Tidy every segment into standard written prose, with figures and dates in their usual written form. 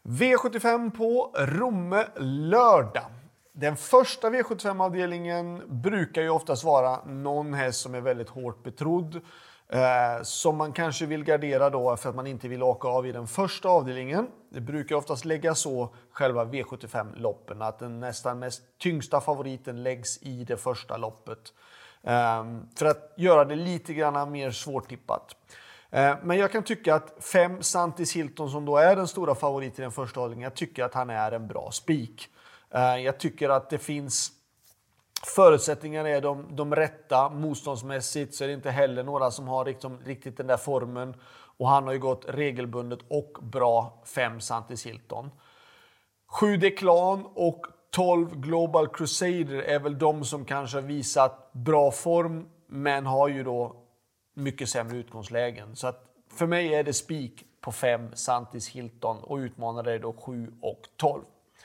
V75 på Romme lördag. Den första V75-avdelningen brukar ju oftast vara någon häst som är väldigt hårt betrodd. Som man kanske vill gardera då för att man inte vill åka av i den första avdelningen. Det brukar oftast läggas så själva V75-loppen. Att den nästan mest tyngsta favoriten läggs i det första loppet. För att göra det lite grann mer svårtippat. Men jag kan tycka att 5 Santis Hilton som då är den stora favoriten i den första avdelningen. Jag tycker att han är en bra spik. Jag tycker att det finns förutsättningarna är de rätta. Motståndsmässigt så är det inte heller några som har riktigt den där formen. Och han har ju gått regelbundet och bra 5 Santis Hilton. 7 Declan och 12 Global Crusader är väl de som kanske har visat bra form. Men har ju då mycket sämre utgångslägen. Så att för mig är det spik på 5 Santis Hilton och utmanare är då 7 och 12.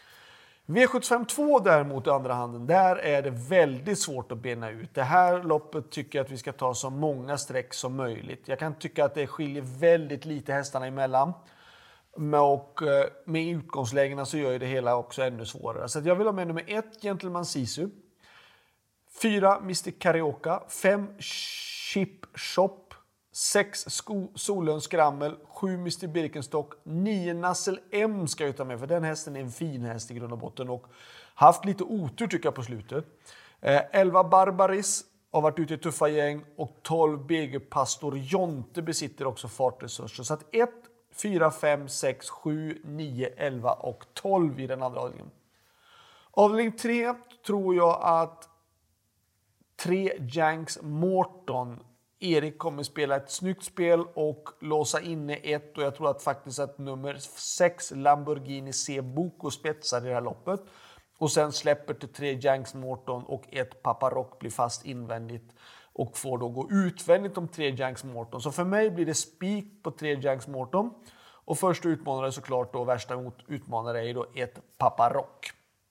V75-2 däremot i andra handen, där är det väldigt svårt att bena ut. Det här loppet tycker jag att vi ska ta så många streck som möjligt. Jag kan tycka att det skiljer väldigt lite hästarna emellan. Och med utgångslägena så gör ju det hela också ännu svårare. Så att jag vill ha med nummer 1, Gentleman Sisu. 4, Mr. Carioca. 5, Chip Shop. 6 Solön Skrammel, 7 Mr. Birkenstock, 9 Nassel M ska jag ta med för den hästen är en fin häst i grund och botten och haft lite otur tycker jag på slutet. 11 Barbaris har varit ute i tuffa gäng och 12 BG Pastor Jonte besitter också fartresurser. Så att 1, 4, 5, 6, 7, 9, 11 och 12 i den andra avdelningen. Avdelning 3 tror jag att 3 Janks Morton. Erik kommer spela ett snyggt spel och låsa inne 1 och jag tror att faktiskt att nummer 6 Lamborghini Cebuco spetsar i det här loppet. Och sen släpper till 3 Janks Morton och 1 Papa Rock blir fast invändigt och får då gå utvändigt om 3 Janks Morton. Så för mig blir det spik på 3 Janks Morton. Och första utmanare såklart då, värsta utmanare är då 1 Papa Rock.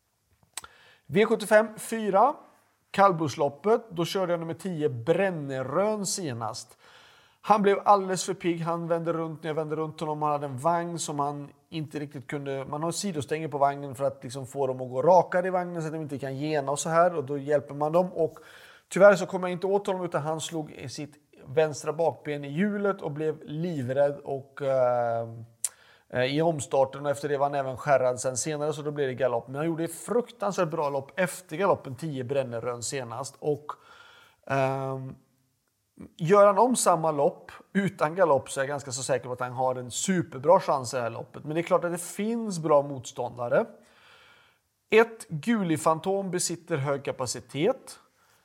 V75 4. Kallblodsloppet, då körde jag nummer 10 Brännerön senast. Han blev alldeles för pigg, han vände runt när jag vände runt honom. Han hade en vagn som han inte riktigt kunde, man har sidostänger på vagnen för att liksom få dem att gå rakare i vagnen så att de inte kan gena och så här och då hjälper man dem. Och tyvärr så kom jag inte åt honom utan han slog sitt vänstra bakben i hjulet och blev livrädd och i omstarten och efter det var han även skärrad sen senare så då blev det galopp. Men han gjorde ett fruktansvärt bra lopp efter galoppen 10 Brännerön senast. Och gör han om samma lopp utan galopp så är jag ganska så säker på att han har en superbra chans i det här loppet. Men det är klart att det finns bra motståndare. 1 Guli Fantom besitter hög kapacitet.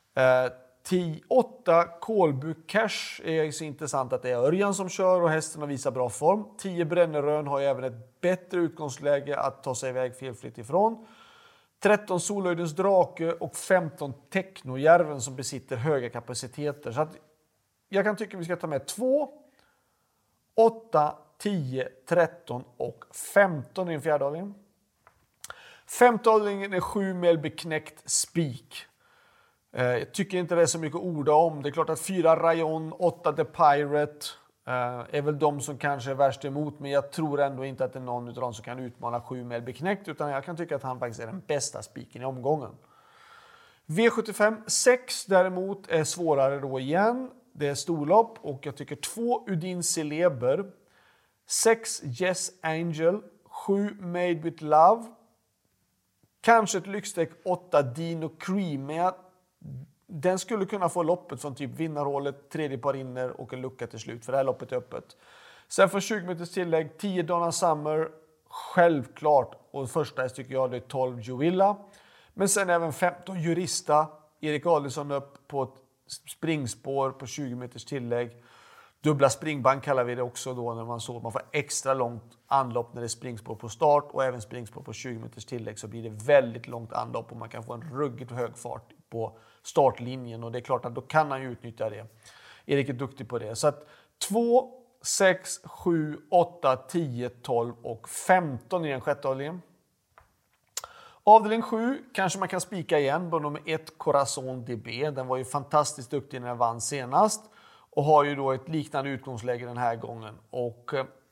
8 Kolbu Cash är så intressant att det är Örjan som kör och hästen har visat bra form. 10 Brännerön har ju även ett bättre utgångsläge att ta sig iväg felfritt ifrån. 13 Solöjdens Drake och 15 Technojärven som besitter höga kapaciteter. Så att jag kan tycka att vi ska ta med 2, 8, 10, 13 och 15 i den fjärde avdelningen. Femte avdelningen är 7 Melby Knäckt Spik. Jag tycker inte det är så mycket att orda om. Det är klart att 4 Rayon, 8 The Pirate är väl de som kanske är värst emot. Men jag tror ändå inte att det är någon av dem som kan utmana 7 Melby Knäckt. Utan jag kan tycka att han faktiskt är den bästa spiken i omgången. V75 6 däremot är svårare då igen. Det är storlopp och jag tycker 2 Udin Celeber. 6 Yes Angel. 7 Made with Love. Kanske ett lyxstreck 8 Dino Cream. Men den skulle kunna få loppet från typ vinnarhålet, tredje par inner och en lucka till slut. För det här loppet är öppet. Sen för 20 meters tillägg 10 Donna Summer. Självklart. Och första tycker jag det är 12 Jovilla. Men sen även 15 Jurista. Erik Adelsson upp på ett springspår på 20 meters tillägg. Dubbla springband kallar vi det också då när man såg. Man får extra långt anlopp när det är springspår på start och även springspår på 20 meters tillägg så blir det väldigt långt anlopp och man kan få en ruggigt hög fart på startlinjen och det är klart att då kan han ju utnyttja det. Erik är duktig på det. Så att 2, 6, 7, 8, 10, 12 och 15 i den sjätte avdelningen. Avdelning 7 kanske man kan spika igen på nummer 1 Corazon DB. Den var ju fantastiskt duktig när den vann senast. Och har ju då ett liknande utgångsläge den här gången. Och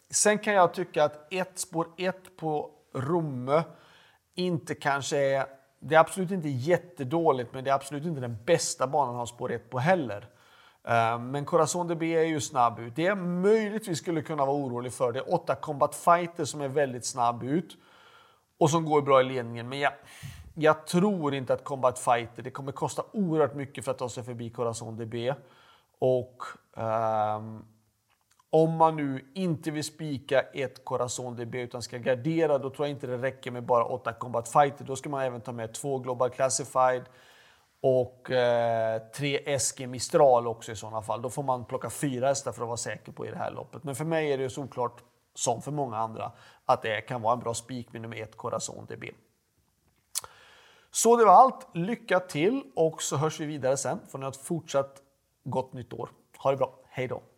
Sen kan jag tycka att spår 1 på Romme inte kanske är... Det är absolut inte jättedåligt, men det är absolut inte den bästa banan att ha spår 1 på heller. Men Corazon DB är ju snabb ut. Det är möjligt vi skulle kunna vara orolig för. Det är 8 Combat Fighter som är väldigt snabb ut och som går bra i ledningen. Men jag tror inte att Combat Fighter, det kommer kosta oerhört mycket för att ta sig förbi Corazon DB. Och om man nu inte vill spika ett Corazon DB utan ska gardera, då tror jag inte det räcker med bara 8 Combat Fighter. Då ska man även ta med 2 Global Classified och 3 SG Mistral också i sådana fall. Då får man plocka 4 hästar för att vara säker på i det här loppet. Men för mig är det såklart, som för många andra, att det kan vara en bra spik med nummer 1 Corazon DB. Så det var allt. Lycka till och så hörs vi vidare sen. Får ni ha ett fortsatt gott nytt år. Ha det bra. Hej då!